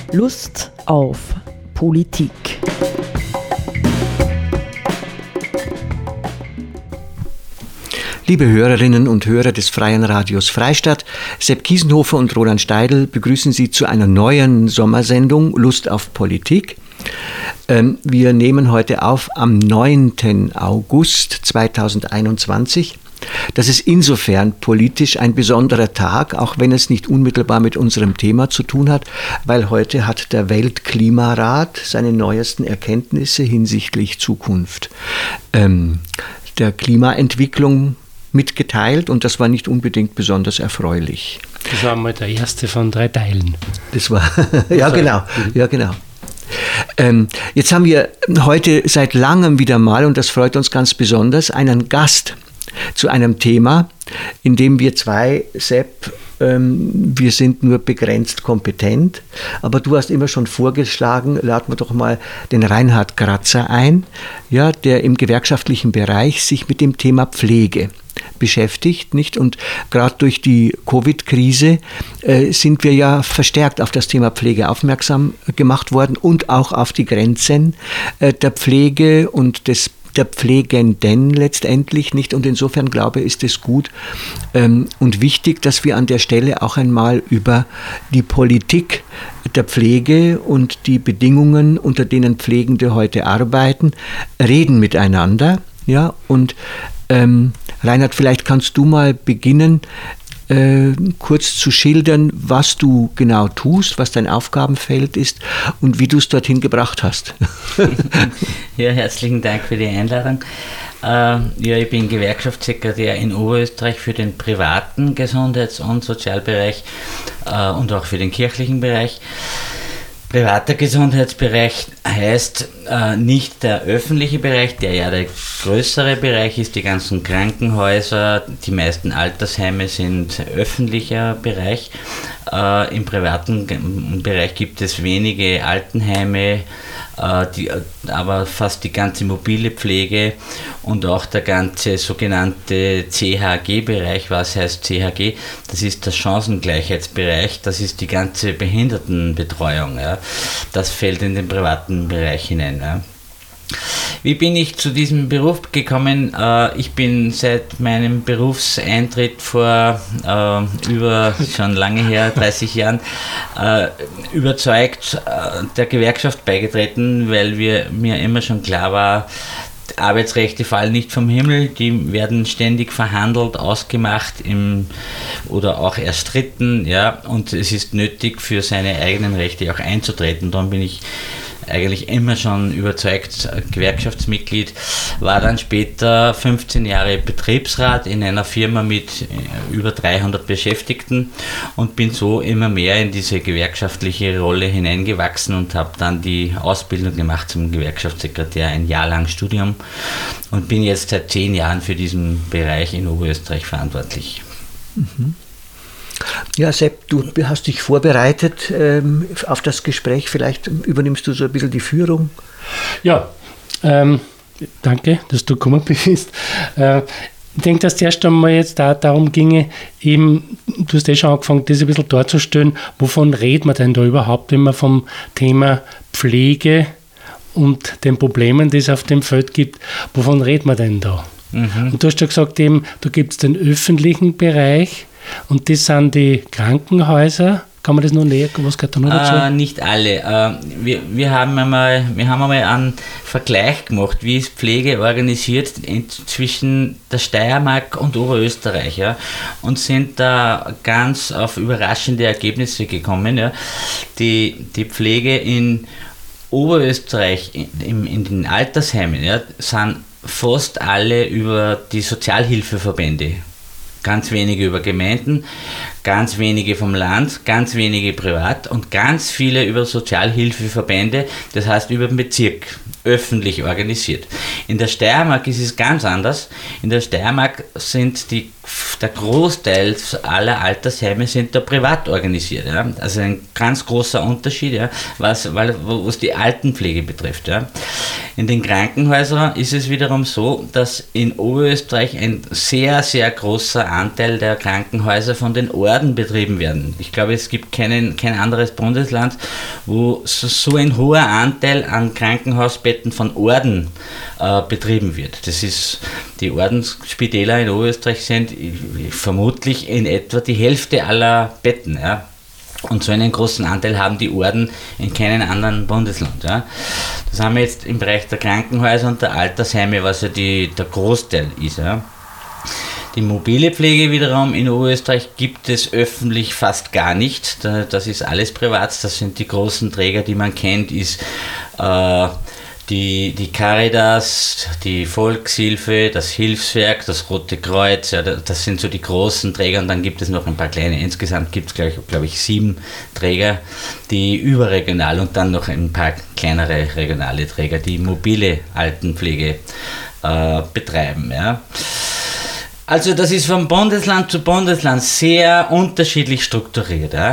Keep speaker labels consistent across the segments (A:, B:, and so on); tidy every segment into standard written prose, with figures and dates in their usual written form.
A: Lust auf Politik.
B: Liebe Hörerinnen und Hörer des Freien Radios Freistadt, Sepp Kiesenhofer und Roland Steidl begrüßen Sie zu einer neuen Sommersendung Lust auf Politik. Wir nehmen heute auf am 9. August 2021. Das ist insofern politisch ein besonderer Tag, auch wenn es nicht unmittelbar mit unserem Thema zu tun hat, weil heute hat der Weltklimarat seine neuesten Erkenntnisse hinsichtlich Zukunft der Klimaentwicklung mitgeteilt und das war nicht unbedingt besonders erfreulich.
C: Das war mal der erste von 3 Teilen.
B: Das war, ja genau. Jetzt haben wir heute seit langem wieder mal, und das freut uns ganz besonders, einen Gast zu einem Thema, in dem wir zwei, Sepp, wir sind nur begrenzt kompetent, aber du hast immer schon vorgeschlagen, laden wir doch mal den Reinhard Kratzer ein, ja, der im gewerkschaftlichen Bereich sich mit dem Thema Pflege beschäftigt, nicht? Und gerade durch die Covid-Krise sind wir ja verstärkt auf das Thema Pflege aufmerksam gemacht worden und auch auf die Grenzen der Pflege und der Pflegenden letztendlich, nicht? Und insofern glaube ich, ist es gut und wichtig, dass wir an der Stelle auch einmal über die Politik der Pflege und die Bedingungen, unter denen Pflegende heute arbeiten, reden miteinander. Ja? Und Reinhard, vielleicht kannst du mal beginnen, kurz zu schildern, was du genau tust, was dein Aufgabenfeld ist und wie du es dorthin gebracht hast.
D: Ja, herzlichen Dank für die Einladung. Ich bin Gewerkschaftssekretär in Oberösterreich für den privaten Gesundheits- und Sozialbereich und auch für den kirchlichen Bereich. Privater Gesundheitsbereich heißt nicht der öffentliche Bereich, der ja der größere Bereich ist, die ganzen Krankenhäuser, die meisten Altersheime sind öffentlicher Bereich. Im privaten Bereich gibt es wenige Altenheime, aber fast die ganze mobile Pflege und auch der ganze sogenannte CHG-Bereich. Was heißt CHG? Das ist der Chancengleichheitsbereich, das ist die ganze Behindertenbetreuung. Ja. Das fällt in den privaten Bereich hinein. Ja. Wie bin ich zu diesem Beruf gekommen? Ich bin seit meinem Berufseintritt vor schon lange her, 30 Jahren, überzeugt der Gewerkschaft beigetreten, weil mir immer schon klar war, Arbeitsrechte fallen nicht vom Himmel, die werden ständig verhandelt, ausgemacht oder auch erstritten, ja, und es ist nötig, für seine eigenen Rechte auch einzutreten. Darum bin ich eigentlich immer schon überzeugt Gewerkschaftsmitglied, war dann später 15 Jahre Betriebsrat in einer Firma mit über 300 Beschäftigten und bin so immer mehr in diese gewerkschaftliche Rolle hineingewachsen und habe dann die Ausbildung gemacht zum Gewerkschaftssekretär, ein Jahr lang Studium und bin jetzt seit 10 Jahren für diesen Bereich in Oberösterreich verantwortlich.
B: Mhm. Ja, Sepp, du hast dich vorbereitet auf das Gespräch. Vielleicht übernimmst du so ein bisschen die Führung.
C: Ja, danke, dass du gekommen bist. Ich denke, dass es erst einmal jetzt darum ginge, eben, du hast schon angefangen, das ein bisschen darzustellen, wovon redet man denn da überhaupt, wenn man vom Thema Pflege und den Problemen, die es auf dem Feld gibt, wovon redet man denn da? Mhm. Und du hast ja gesagt, eben, da gibt es den öffentlichen Bereich, und das sind die Krankenhäuser. Kann man das noch näher? Was geht da noch dazu?
D: Nicht alle. Wir haben einmal einen Vergleich gemacht, wie ist Pflege organisiert zwischen der Steiermark und Oberösterreich, ja, und sind da ganz auf überraschende Ergebnisse gekommen. Ja. Die Pflege in Oberösterreich, in den Altersheimen, ja, sind fast alle über die Sozialhilfeverbände. Ganz wenige über Gemeinden, ganz wenige vom Land, ganz wenige privat und ganz viele über Sozialhilfeverbände, das heißt über den Bezirk. öffentlich organisiert. In der Steiermark ist es ganz anders. In der Steiermark sind der Großteil aller Altersheime sind da privat organisiert. Ja? Also ein ganz großer Unterschied, ja? was die Altenpflege betrifft. Ja? In den Krankenhäusern ist es wiederum so, dass in Oberösterreich ein sehr, sehr großer Anteil der Krankenhäuser von den Orden betrieben werden. Ich glaube, es gibt kein anderes Bundesland, wo so ein hoher Anteil an Krankenhausbetten von Orden betrieben wird. Das ist, die Ordensspitäler in Oberösterreich sind vermutlich in etwa die Hälfte aller Betten. Ja? Und so einen großen Anteil haben die Orden in keinem anderen Bundesland. Ja? Das haben wir jetzt im Bereich der Krankenhäuser und der Altersheime, was ja der Großteil ist. Ja? Die mobile Pflege wiederum in Oberösterreich gibt es öffentlich fast gar nicht. Das ist alles privat. Das sind die großen Träger, die man kennt, ist die Caritas, die Volkshilfe, das Hilfswerk, das Rote Kreuz, ja, das sind so die großen Träger, und dann gibt es noch ein paar kleine. Insgesamt gibt es, glaube ich, 7 Träger, die überregional, und dann noch ein paar kleinere regionale Träger, die mobile Altenpflege betreiben. Ja. Also das ist von Bundesland zu Bundesland sehr unterschiedlich strukturiert. Ja.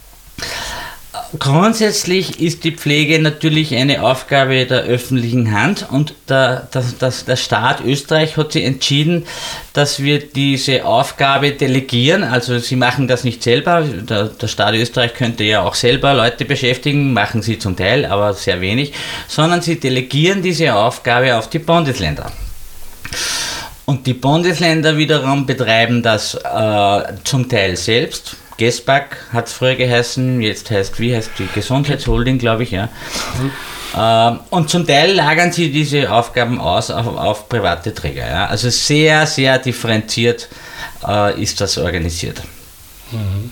D: Grundsätzlich ist die Pflege natürlich eine Aufgabe der öffentlichen Hand, und der Staat Österreich hat sich entschieden, dass wir diese Aufgabe delegieren. Also sie machen das nicht selber. Der Staat Österreich könnte ja auch selber Leute beschäftigen, machen sie zum Teil, aber sehr wenig, sondern sie delegieren diese Aufgabe auf die Bundesländer. Und die Bundesländer wiederum betreiben das zum Teil selbst. GESPAG hat es früher geheißen, jetzt heißt die Gesundheitsholding, glaube ich, ja. Und zum Teil lagern sie diese Aufgaben aus auf private Träger. Ja. Also sehr, sehr differenziert ist das organisiert. Mhm.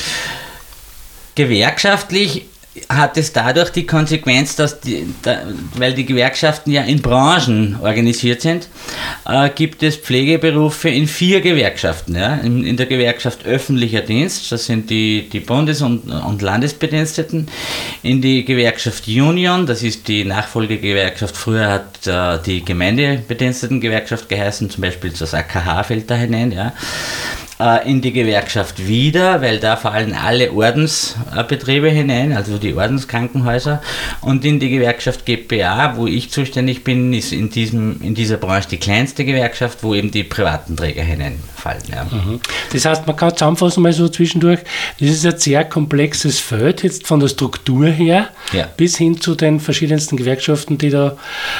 D: Gewerkschaftlich hat es dadurch die Konsequenz, dass weil die Gewerkschaften ja in Branchen organisiert sind, gibt es Pflegeberufe in 4 Gewerkschaften. Ja? In der Gewerkschaft öffentlicher Dienst, das sind die Bundes- und Landesbediensteten, in die Gewerkschaft Union, das ist die Nachfolgegewerkschaft, früher hat die Gemeindebedienstetengewerkschaft geheißen, zum Beispiel das AKH fällt da hinein, ja. In die Gewerkschaft wieder, weil da fallen alle Ordensbetriebe hinein, also die Ordenskrankenhäuser, und in die Gewerkschaft GPA, wo ich zuständig bin, ist in dieser Branche die kleinste Gewerkschaft, wo eben die privaten Träger hineinfallen. Ja. Mhm.
C: Das heißt, man kann zusammenfassen mal so zwischendurch, das ist ein sehr komplexes Feld, jetzt von der Struktur her, ja, bis hin zu den verschiedensten Gewerkschaften, die da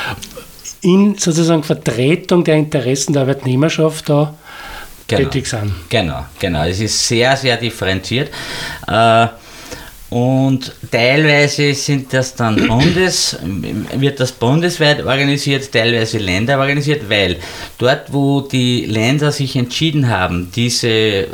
C: in sozusagen Vertretung der Interessen der Arbeitnehmerschaft da tätig sind.
D: Genau. Es ist sehr, sehr differenziert. Und teilweise sind das dann wird das bundesweit organisiert, teilweise Länder organisiert, weil dort, wo die Länder sich entschieden haben, diesen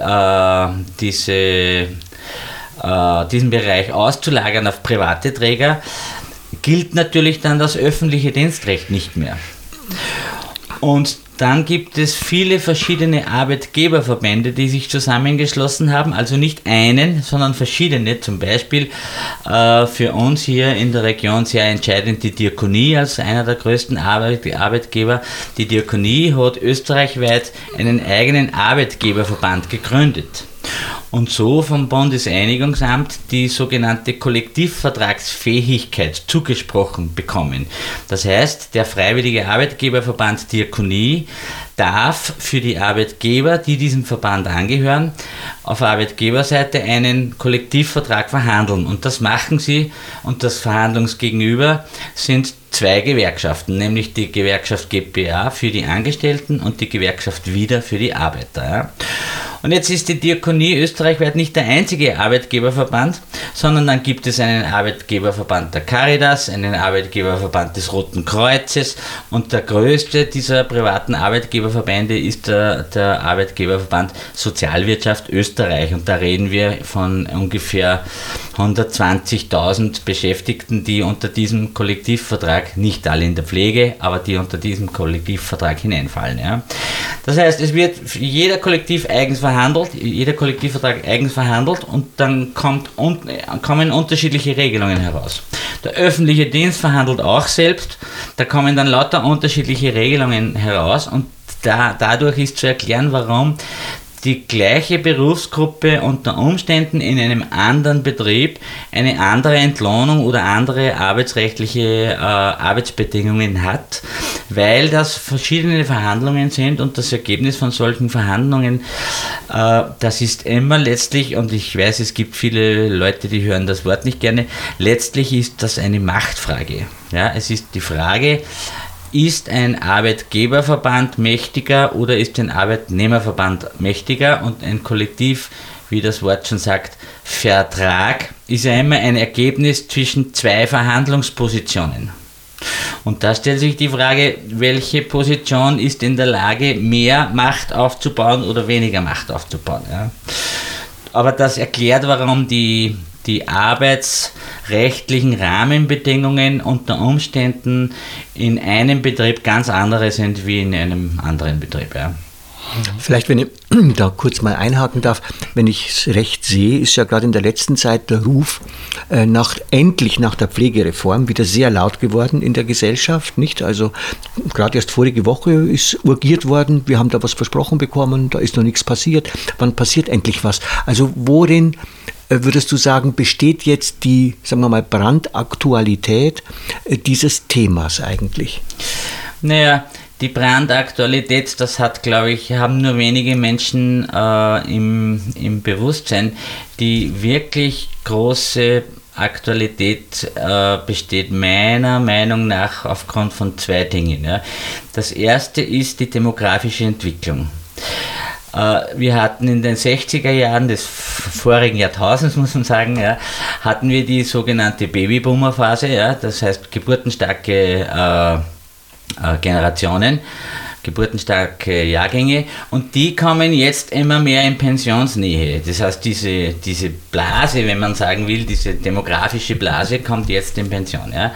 D: Bereich auszulagern auf private Träger, gilt natürlich dann das öffentliche Dienstrecht nicht mehr. Und dann gibt es viele verschiedene Arbeitgeberverbände, die sich zusammengeschlossen haben, also nicht einen, sondern verschiedene. Zum Beispiel für uns hier in der Region sehr entscheidend die Diakonie als einer der größten Arbeitgeber. Die Diakonie hat österreichweit einen eigenen Arbeitgeberverband gegründet. Und so vom Bundeseinigungsamt die sogenannte Kollektivvertragsfähigkeit zugesprochen bekommen. Das heißt, der Freiwillige Arbeitgeberverband Diakonie darf für die Arbeitgeber, die diesem Verband angehören, auf Arbeitgeberseite einen Kollektivvertrag verhandeln. Und das machen sie, und das Verhandlungsgegenüber sind 2 Gewerkschaften, nämlich die Gewerkschaft GPA für die Angestellten und die Gewerkschaft WIDA für die Arbeiter. Ja. Und jetzt ist die Diakonie österreichweit nicht der einzige Arbeitgeberverband, sondern dann gibt es einen Arbeitgeberverband der Caritas, einen Arbeitgeberverband des Roten Kreuzes, und der größte dieser privaten Arbeitgeberverbände ist der Arbeitgeberverband Sozialwirtschaft Österreich, und da reden wir von ungefähr 120.000 Beschäftigten, die unter diesem Kollektivvertrag, nicht alle in der Pflege, aber die unter diesem Kollektivvertrag hineinfallen. Ja. Das heißt, es wird jeder Kollektivvertrag eigens verhandelt, und dann kommen unterschiedliche Regelungen heraus. Der öffentliche Dienst verhandelt auch selbst. Da kommen dann lauter unterschiedliche Regelungen heraus und dadurch ist zu erklären, warum die gleiche Berufsgruppe unter Umständen in einem anderen Betrieb eine andere Entlohnung oder andere arbeitsrechtliche Arbeitsbedingungen hat, weil das verschiedene Verhandlungen sind und das Ergebnis von solchen Verhandlungen, das ist immer letztlich, und ich weiß, es gibt viele Leute, die hören das Wort nicht gerne, letztlich ist das eine Machtfrage. Ja, es ist die Frage, ist ein Arbeitgeberverband mächtiger oder ist ein Arbeitnehmerverband mächtiger? Und ein Kollektiv, wie das Wort schon sagt, Vertrag, ist ja immer ein Ergebnis zwischen zwei Verhandlungspositionen. Und da stellt sich die Frage, welche Position ist in der Lage, mehr Macht aufzubauen oder weniger Macht aufzubauen. Ja? Aber das erklärt, warum die arbeitsrechtlichen Rahmenbedingungen unter Umständen in einem Betrieb ganz andere sind wie in einem anderen Betrieb. Ja.
B: Vielleicht, wenn ich da kurz mal einhaken darf, wenn ich es recht sehe, ist ja gerade in der letzten Zeit der Ruf endlich nach der Pflegereform wieder sehr laut geworden in der Gesellschaft, nicht? Also gerade erst vorige Woche ist urgiert worden, wir haben da was versprochen bekommen, da ist noch nichts passiert. Wann passiert endlich was? Also worin würdest du sagen, besteht jetzt die, sagen wir mal, Brandaktualität dieses Themas eigentlich?
D: Naja, die Brandaktualität, das hat, glaube ich, haben nur wenige Menschen im Bewusstsein. Die wirklich große Aktualität besteht meiner Meinung nach aufgrund von zwei Dingen. Ja. Das erste ist die demografische Entwicklung. Wir hatten in den 60er Jahren des vorigen Jahrtausends, muss man sagen, ja, hatten wir die sogenannte Babyboomer-Phase, ja, das heißt geburtenstarke Generationen, geburtenstarke Jahrgänge, und die kommen jetzt immer mehr in Pensionsnähe. Das heißt, diese Blase, wenn man sagen will, diese demografische Blase kommt jetzt in Pension. Ja.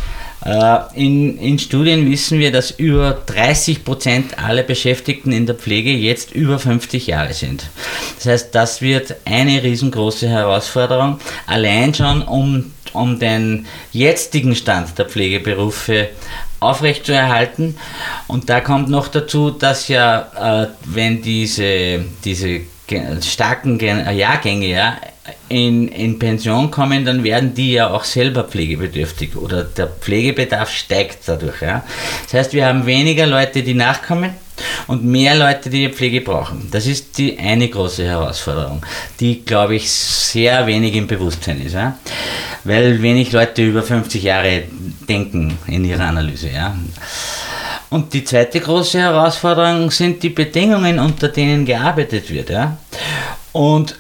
D: In Studien wissen wir, dass über 30% aller Beschäftigten in der Pflege jetzt über 50 Jahre sind. Das heißt, das wird eine riesengroße Herausforderung, allein schon um den jetzigen Stand der Pflegeberufe aufrechtzuerhalten. Und da kommt noch dazu, dass ja, wenn diese starken Jahrgänge ja, in Pension kommen, dann werden die ja auch selber pflegebedürftig oder der Pflegebedarf steigt dadurch. Ja. Das heißt, wir haben weniger Leute, die nachkommen und mehr Leute, die Pflege brauchen. Das ist die eine große Herausforderung, die, glaube ich, sehr wenig im Bewusstsein ist. Ja. Weil wenig Leute über 50 Jahre denken in ihrer Analyse. Ja. Und die zweite große Herausforderung sind die Bedingungen, unter denen gearbeitet wird. Ja. Und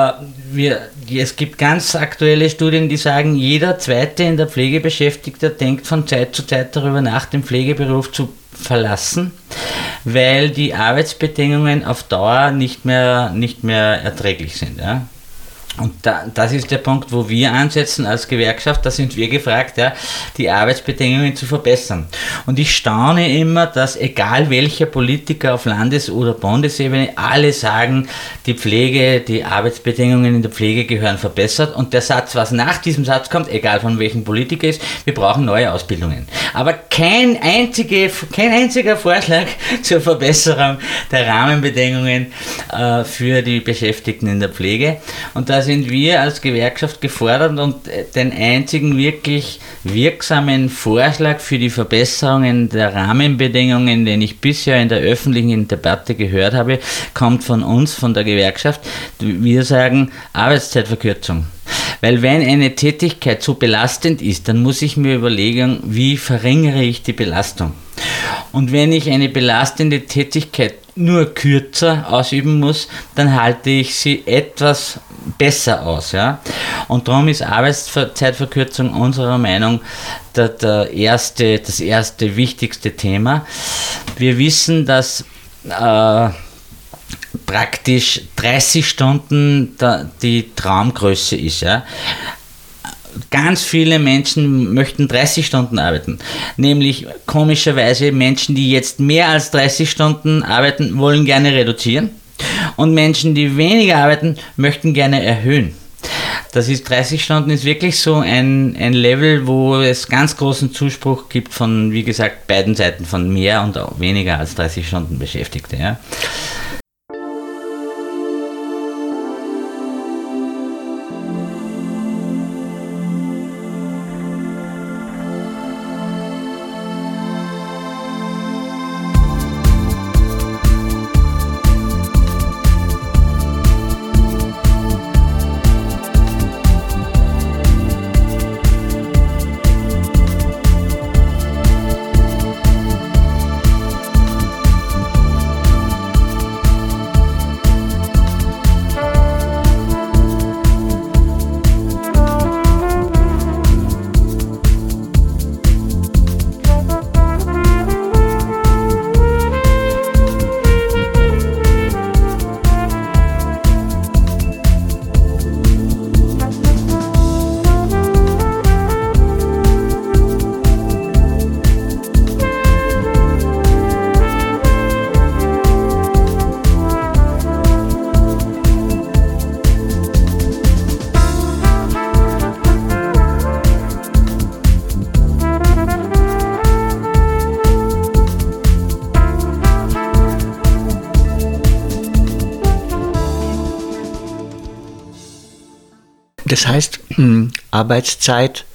D: es gibt ganz aktuelle Studien, die sagen, jeder zweite in der Pflege Beschäftigte denkt von Zeit zu Zeit darüber nach, den Pflegeberuf zu verlassen, weil die Arbeitsbedingungen auf Dauer nicht mehr erträglich sind. Ja. Und das ist der Punkt, wo wir ansetzen als Gewerkschaft, da sind wir gefragt, ja, die Arbeitsbedingungen zu verbessern. Und ich staune immer, dass egal welcher Politiker auf Landes- oder Bundesebene, alle sagen, die Arbeitsbedingungen in der Pflege gehören verbessert, und der Satz, was nach diesem Satz kommt, egal von welchem Politiker ist, wir brauchen neue Ausbildungen. Aber kein einziger Vorschlag zur Verbesserung der Rahmenbedingungen für die Beschäftigten in der Pflege. Und da sind wir als Gewerkschaft gefordert, und den einzigen wirklich wirksamen Vorschlag für die Verbesserungen der Rahmenbedingungen, den ich bisher in der öffentlichen Debatte gehört habe, kommt von uns, von der Gewerkschaft. Wir sagen Arbeitszeitverkürzung. Weil wenn eine Tätigkeit so belastend ist, dann muss ich mir überlegen, wie verringere ich die Belastung. Und wenn ich eine belastende Tätigkeit nur kürzer ausüben muss, dann halte ich sie etwas besser aus. Ja? Und darum ist Arbeitszeitverkürzung unserer Meinung das erste wichtigste Thema. Wir wissen, dass praktisch 30 Stunden die Traumgröße ist. Ja? Ganz viele Menschen möchten 30 Stunden arbeiten. Nämlich komischerweise Menschen, die jetzt mehr als 30 Stunden arbeiten, wollen gerne reduzieren. Und Menschen, die weniger arbeiten, möchten gerne erhöhen. Das ist 30 Stunden ist wirklich so ein Level, wo es ganz großen Zuspruch gibt von, wie gesagt, beiden Seiten, von mehr und auch weniger als 30 Stunden Beschäftigte. Ja.
B: Das heißt, Arbeitszeit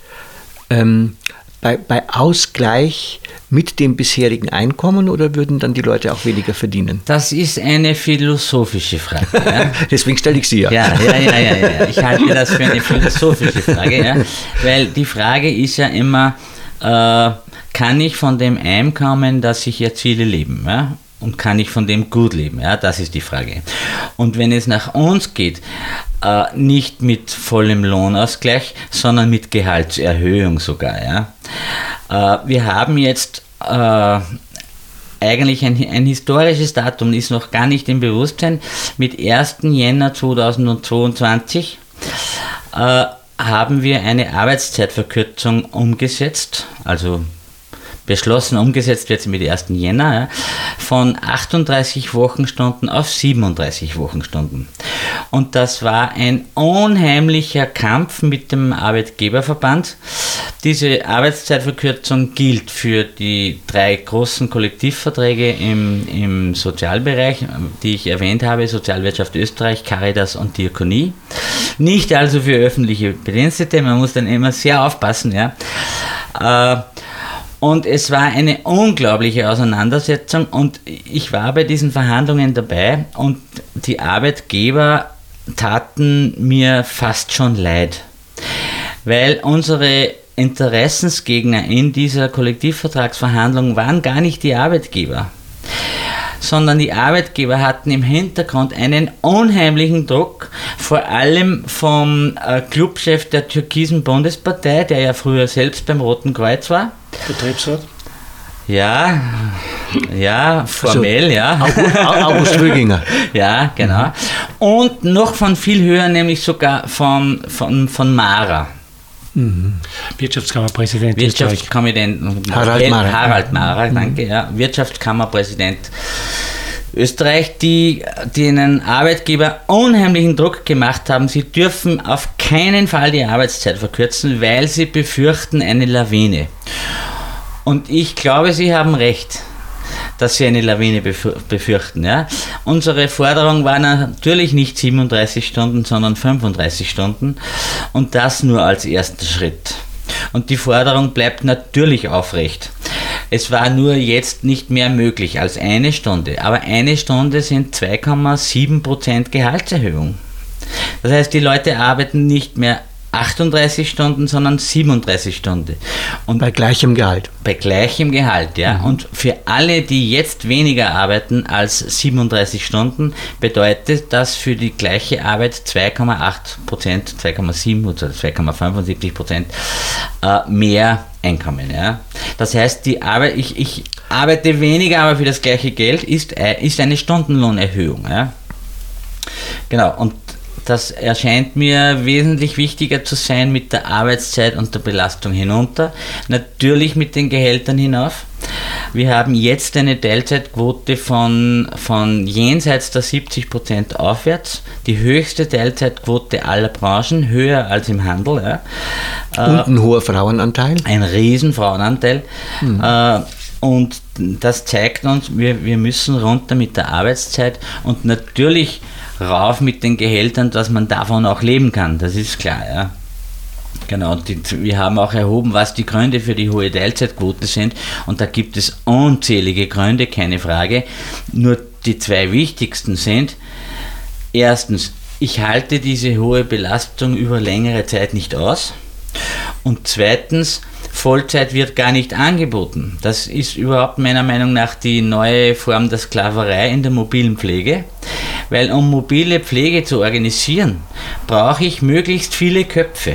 B: bei Ausgleich mit dem bisherigen Einkommen, oder würden dann die Leute auch weniger verdienen?
D: Das ist eine philosophische Frage. Ja?
B: Deswegen stelle ich sie ja.
D: Ja. Ich halte das für eine philosophische Frage, ja? Weil die Frage ist ja immer, kann ich von dem Einkommen, das ich erziele, leben? Ja? Und kann ich von dem gut leben? Ja, das ist die Frage. Und wenn es nach uns geht, nicht mit vollem Lohnausgleich, sondern mit Gehaltserhöhung sogar. Ja. Wir haben jetzt eigentlich ein historisches Datum, ist noch gar nicht im Bewusstsein. Mit 1. Jänner 2022 haben wir eine Arbeitszeitverkürzung umgesetzt, also beschlossen, umgesetzt wird sie mit 1. Jänner, ja, von 38 Wochenstunden auf 37 Wochenstunden. Und das war ein unheimlicher Kampf mit dem Arbeitgeberverband. Diese Arbeitszeitverkürzung gilt für die 3 großen Kollektivverträge im Sozialbereich, die ich erwähnt habe, Sozialwirtschaft Österreich, Caritas und Diakonie. Nicht also für öffentliche Bedienstete, man muss dann immer sehr aufpassen, ja. Und es war eine unglaubliche Auseinandersetzung und ich war bei diesen Verhandlungen dabei und die Arbeitgeber taten mir fast schon leid, weil unsere Interessensgegner in dieser Kollektivvertragsverhandlung waren gar nicht die Arbeitgeber, sondern die Arbeitgeber hatten im Hintergrund einen unheimlichen Druck, vor allem vom Clubchef der Türkisen Bundespartei, der ja früher selbst beim Roten Kreuz war.
C: Betriebsrat?
D: Ja, formell, also, ja.
B: August Rüginger.
D: Ja, genau. Und noch von viel höher, nämlich sogar von Mara.
C: Wirtschaftskammerpräsident
D: Harald Mara, danke, ja. Wirtschaftskammerpräsident Österreich, die einen Arbeitgeber unheimlichen Druck gemacht haben, sie dürfen auf keinen Fall die Arbeitszeit verkürzen, weil sie befürchten eine Lawine. Und ich glaube, sie haben recht, dass sie eine Lawine befürchten. Ja. Unsere Forderung war natürlich nicht 37 Stunden, sondern 35 Stunden und das nur als ersten Schritt. Und die Forderung bleibt natürlich aufrecht. Es war nur jetzt nicht mehr möglich als 1 Stunde, aber 1 Stunde sind 2,7% Gehaltserhöhung. Das heißt, die Leute arbeiten nicht mehr 38 Stunden, sondern 37 Stunden. Und
B: bei gleichem Gehalt.
D: Bei gleichem Gehalt, ja. Und für alle, die jetzt weniger arbeiten als 37 Stunden, bedeutet das für die gleiche Arbeit 2,8%, 2,7 oder 2,75% mehr Einkommen, ja. Das heißt, die Arbeit, ich arbeite weniger, aber für das gleiche Geld ist eine Stundenlohnerhöhung, ja. Genau, und das erscheint mir wesentlich wichtiger zu sein mit der Arbeitszeit und der Belastung hinunter. Natürlich mit den Gehältern hinauf. Wir haben jetzt eine Teilzeitquote von jenseits der 70% aufwärts, die höchste Teilzeitquote aller Branchen, höher als im Handel. Ja.
B: Und ein hoher Frauenanteil?
D: Ein riesen Frauenanteil. Und das zeigt uns, wir müssen runter mit der Arbeitszeit und natürlich rauf mit den Gehältern, dass man davon auch leben kann, das ist klar. Ja. Genau, wir haben auch erhoben, was die Gründe für die hohe Teilzeitquote sind und da gibt es unzählige Gründe, keine Frage. Nur die zwei wichtigsten sind, erstens, ich halte diese hohe Belastung über längere Zeit nicht aus und zweitens, Vollzeit wird gar nicht angeboten. Das ist überhaupt meiner Meinung nach die neue Form der Sklaverei in der mobilen Pflege, weil um mobile Pflege zu organisieren, brauche ich möglichst viele Köpfe.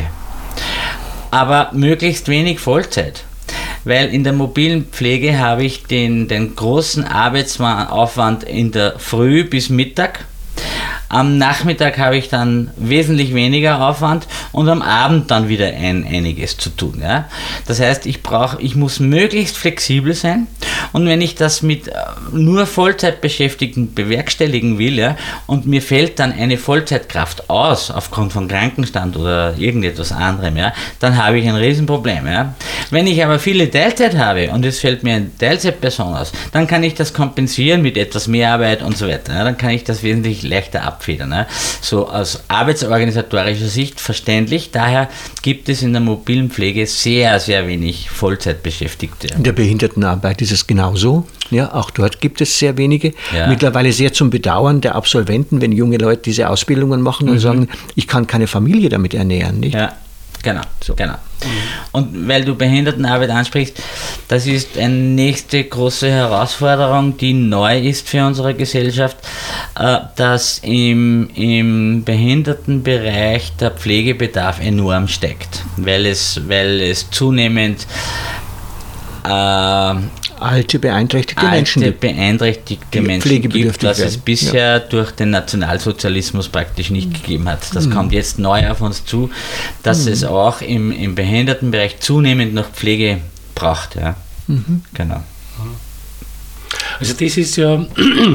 D: Aber möglichst wenig Vollzeit, weil in der mobilen Pflege habe ich den großen Arbeitsaufwand in der Früh bis Mittag. Am Nachmittag habe ich dann wesentlich weniger Aufwand und am Abend dann wieder einiges zu tun. Ja? Das heißt, ich muss möglichst flexibel sein und wenn ich das mit nur Vollzeitbeschäftigten bewerkstelligen will, ja, und mir fällt dann eine Vollzeitkraft aus aufgrund von Krankenstand oder irgendetwas anderem, ja, dann habe ich ein Riesenproblem. Ja? Wenn ich aber viele Teilzeit habe und es fällt mir eine Teilzeitperson aus, dann kann ich das kompensieren mit etwas mehr Arbeit und so weiter. Ja? Dann kann ich das wesentlich leichter abfedern. Ne? So aus arbeitsorganisatorischer Sicht verständlich. Daher gibt es in der mobilen Pflege sehr, sehr wenig Vollzeitbeschäftigte.
B: In der Behindertenarbeit ist es genauso. Ja, auch dort gibt es sehr wenige. Ja. Mittlerweile sehr zum Bedauern der Absolventen, wenn junge Leute diese Ausbildungen machen und sagen, ich kann keine Familie damit ernähren. Nicht?
D: Ja. Genau, so. Genau. Und weil du Behindertenarbeit ansprichst, das ist eine nächste große Herausforderung, die neu ist für unsere Gesellschaft, dass im Behindertenbereich der Pflegebedarf enorm steigt, weil es zunehmend
B: alte, beeinträchtigte Menschen
D: gibt, was es bisher durch den Nationalsozialismus praktisch nicht gegeben hat. Das kommt jetzt neu auf uns zu, dass es auch im Behindertenbereich zunehmend noch Pflege braucht. Ja. Genau.
C: Also das ist ja,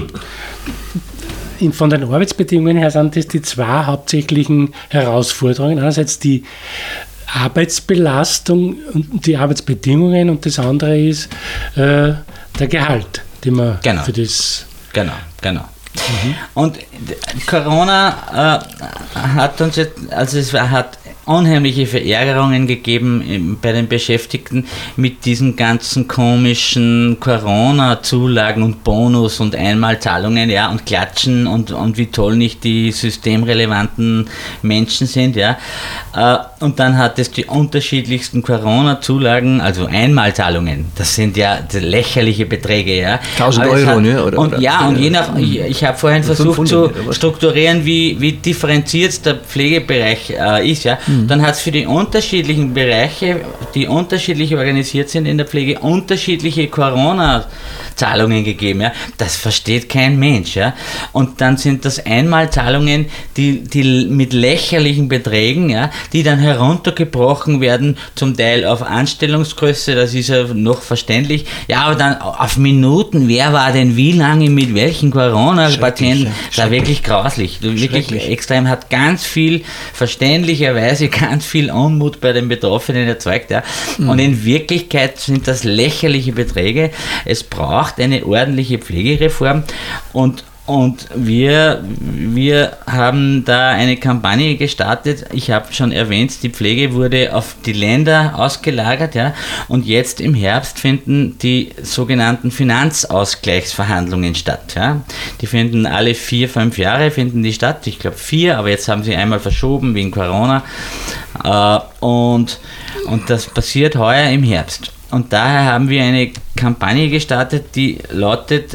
C: von den Arbeitsbedingungen her sind das die zwei hauptsächlichen Herausforderungen. Einerseits die Arbeitsbelastung und die Arbeitsbedingungen und das andere ist der Gehalt, den man für das...
D: Genau. Und Corona hat uns jetzt, also es hat unheimliche Verärgerungen gegeben bei den Beschäftigten mit diesen ganzen komischen Corona-Zulagen und Bonus und Einmalzahlungen, ja, und Klatschen und wie toll nicht die systemrelevanten Menschen sind, ja. Und dann hat es die unterschiedlichsten Corona-Zulagen, also Einmalzahlungen, das sind ja lächerliche Beträge, ja.
B: 1000 Euro, ne? Oder
D: je nach, ich habe vorhin versucht zu strukturieren, wie differenziert der Pflegebereich ist, ja. Dann hat es für die unterschiedlichen Bereiche, die unterschiedlich organisiert sind in der Pflege, unterschiedliche Corona-Zahlungen gegeben. Ja? Das versteht kein Mensch. Ja? Und dann sind das Einmalzahlungen, die mit lächerlichen Beträgen, ja, die dann heruntergebrochen werden, zum Teil auf Anstellungsgröße, das ist ja noch verständlich. Ja, aber dann auf Minuten, wer war denn wie lange mit welchen Corona-Patienten? Das war wirklich grauslich. Wirklich extrem, hat ganz viel verständlicherweise ganz viel Unmut bei den Betroffenen erzeugt. Ja. Und in Wirklichkeit sind das lächerliche Beträge. Es braucht eine ordentliche Pflegereform und wir haben da eine Kampagne gestartet. Ich habe schon erwähnt, die Pflege wurde auf die Länder ausgelagert, ja, und jetzt im Herbst finden die sogenannten Finanzausgleichsverhandlungen statt. Ja. Die finden alle 4-5 Jahre finden die statt. Ich glaube 4, aber jetzt haben sie einmal verschoben wegen Corona. Und das passiert heuer im Herbst. Und daher haben wir eine Kampagne gestartet, die lautet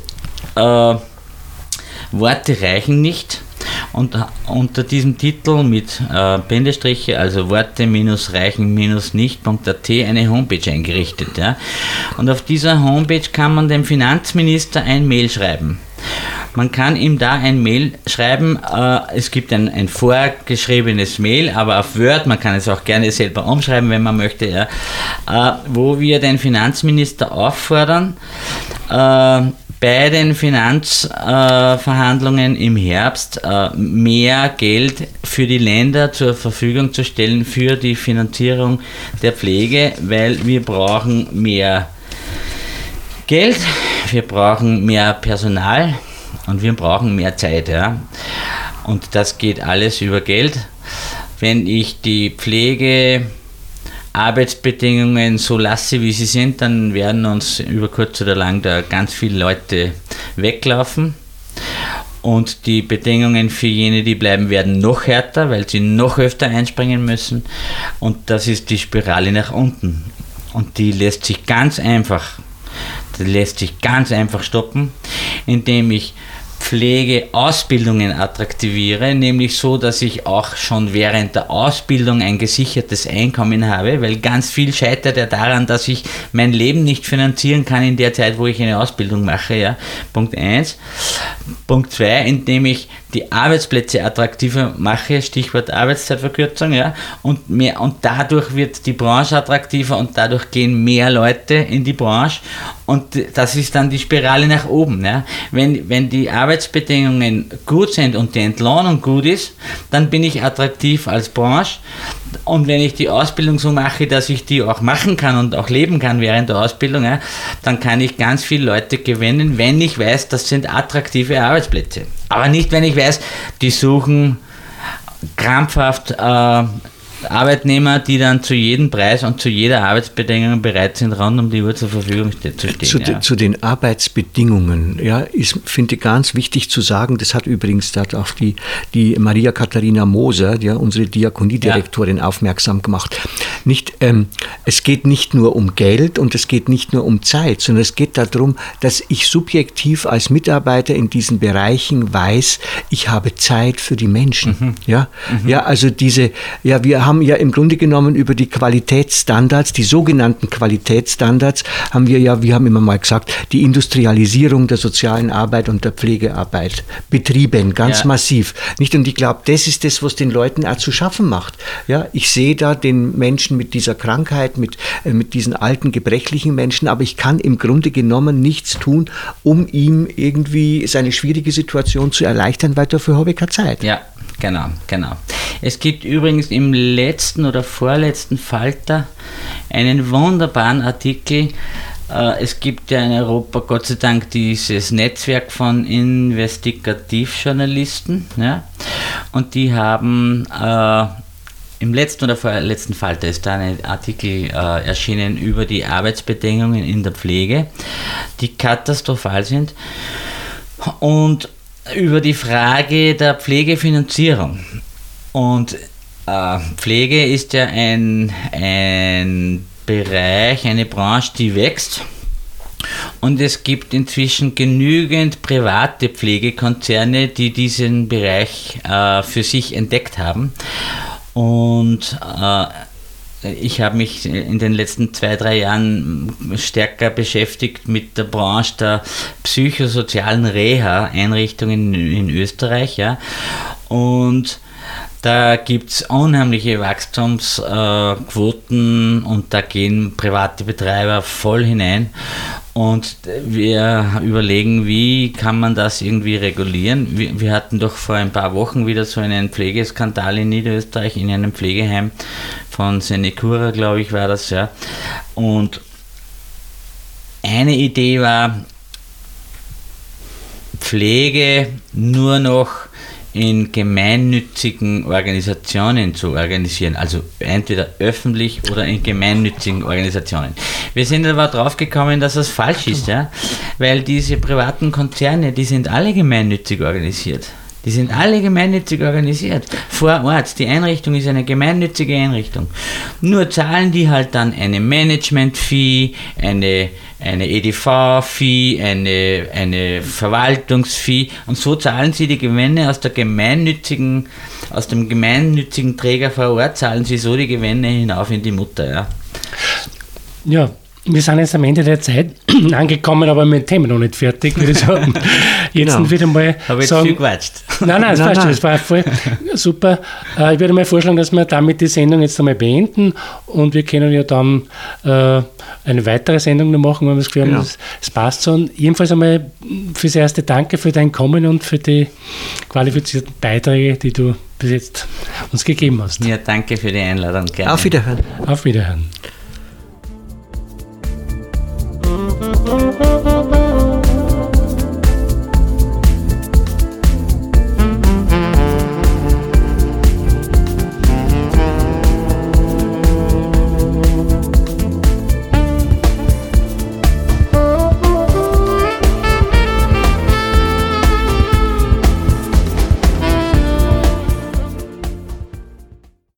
D: Worte reichen nicht, und unter diesem Titel mit Bindestriche, also Worte-reichen-nicht.at, eine Homepage eingerichtet. Ja. Und auf dieser Homepage kann man dem Finanzminister ein Mail schreiben. Man kann ihm da ein Mail schreiben, es gibt ein vorgeschriebenes Mail, aber auf Word, man kann es auch gerne selber umschreiben, wenn man möchte, ja, wo wir den Finanzminister auffordern, bei den Finanzverhandlungen im Herbst mehr Geld für die Länder zur Verfügung zu stellen für die Finanzierung der Pflege, weil wir brauchen mehr Geld, wir brauchen mehr Personal und wir brauchen mehr Zeit. Ja? Und das geht alles über Geld. Wenn ich die Pflegearbeitsbedingungen so lasse, wie sie sind, dann werden uns über kurz oder lang da ganz viele Leute weglaufen. Und die Bedingungen für jene, die bleiben, werden noch härter, weil sie noch öfter einspringen müssen. Und das ist die Spirale nach unten. Und die lässt sich ganz einfach stoppen, indem ich Pflegeausbildungen attraktiviere, nämlich so, dass ich auch schon während der Ausbildung ein gesichertes Einkommen habe, weil ganz viel scheitert ja daran, dass ich mein Leben nicht finanzieren kann in der Zeit, wo ich eine Ausbildung mache. Ja. Punkt 1. Punkt 2, indem ich die Arbeitsplätze attraktiver mache, Stichwort Arbeitszeitverkürzung, ja, und dadurch wird die Branche attraktiver und dadurch gehen mehr Leute in die Branche und das ist dann die Spirale nach oben. Ja. Wenn die Arbeitsbedingungen gut sind und die Entlohnung gut ist, dann bin ich attraktiv als Branche und wenn ich die Ausbildung so mache, dass ich die auch machen kann und auch leben kann während der Ausbildung, ja, dann kann ich ganz viele Leute gewinnen, wenn ich weiß, das sind attraktive Arbeitsplätze. Aber nicht, wenn ich weiß, die suchen krampfhaft Arbeitnehmer, die dann zu jedem Preis und zu jeder Arbeitsbedingung bereit sind, rund um die Uhr zur Verfügung zu stehen.
B: Zu den Arbeitsbedingungen, ja, finde ich ganz wichtig zu sagen, das hat übrigens da auch die Maria Katharina Moser, ja, unsere Diakoniedirektorin, aufmerksam gemacht. Es geht nicht nur um Geld und es geht nicht nur um Zeit, sondern es geht darum, dass ich subjektiv als Mitarbeiter in diesen Bereichen weiß, ich habe Zeit für die Menschen. Ja, also wir haben ja im Grunde genommen über die Qualitätsstandards, die sogenannten Qualitätsstandards, wir haben immer mal gesagt, die Industrialisierung der sozialen Arbeit und der Pflegearbeit betrieben, ganz massiv. Nicht? Und ich glaube, das ist das, was den Leuten auch zu schaffen macht. Ja, ich sehe da den Menschen mit dieser Krankheit, mit diesen alten, gebrechlichen Menschen, aber ich kann im Grunde genommen nichts tun, um ihm irgendwie seine schwierige Situation zu erleichtern, weil dafür habe ich keine Zeit.
D: Ja, genau. Es gibt übrigens im letzten oder vorletzten Falter einen wunderbaren Artikel. Es gibt ja in Europa Gott sei Dank dieses Netzwerk von Investigativjournalisten, ja, und die haben im letzten oder vorletzten Falter ist da ein Artikel erschienen über die Arbeitsbedingungen in der Pflege, die katastrophal sind, und über die Frage der Pflegefinanzierung. Und Pflege ist ja ein Bereich, eine Branche, die wächst. Und es gibt inzwischen genügend private Pflegekonzerne, die diesen Bereich für sich entdeckt haben. Und ich habe mich in den letzten 2-3 Jahren stärker beschäftigt mit der Branche der psychosozialen Reha-Einrichtungen in Österreich. Ja. Und da gibt es unheimliche Wachstumsquoten und da gehen private Betreiber voll hinein. Und wir überlegen, wie kann man das irgendwie regulieren. Wir hatten doch vor ein paar Wochen wieder so einen Pflegeskandal in Niederösterreich in einem Pflegeheim von Senecura, glaube ich, war das, ja. Und eine Idee war, Pflege nur noch in gemeinnützigen Organisationen zu organisieren, also entweder öffentlich oder in gemeinnützigen Organisationen. Wir sind aber drauf gekommen, dass das falsch ist, ja? Weil diese privaten Konzerne, die sind alle gemeinnützig organisiert. Vor Ort. Die Einrichtung ist eine gemeinnützige Einrichtung. Nur zahlen die halt dann eine Management-Fee, eine EDV-Fee, eine Verwaltungs-Fee, und so zahlen sie die Gewinne aus dem gemeinnützigen Träger vor Ort, zahlen sie so die Gewinne hinauf in die Mutter. Ja.
C: Ja, wir sind jetzt am Ende der Zeit angekommen, aber mit dem Thema noch nicht fertig, würde ich sagen. Jetzt
B: Genau.
C: wieder mal
D: Habe ich
C: sagen,
D: viel gequatscht.
C: Nein, das war voll super. Ich würde mal vorschlagen, dass wir damit die Sendung jetzt einmal beenden und wir können ja dann eine weitere Sendung noch machen, wenn wir das Gefühl haben, es passt so. Und jedenfalls einmal fürs erste Danke für dein Kommen und für die qualifizierten Beiträge, die du bis jetzt uns gegeben hast.
D: Ja, danke für die Einladung. Gerne.
B: Auf Wiederhören.
C: Auf Wiederhören.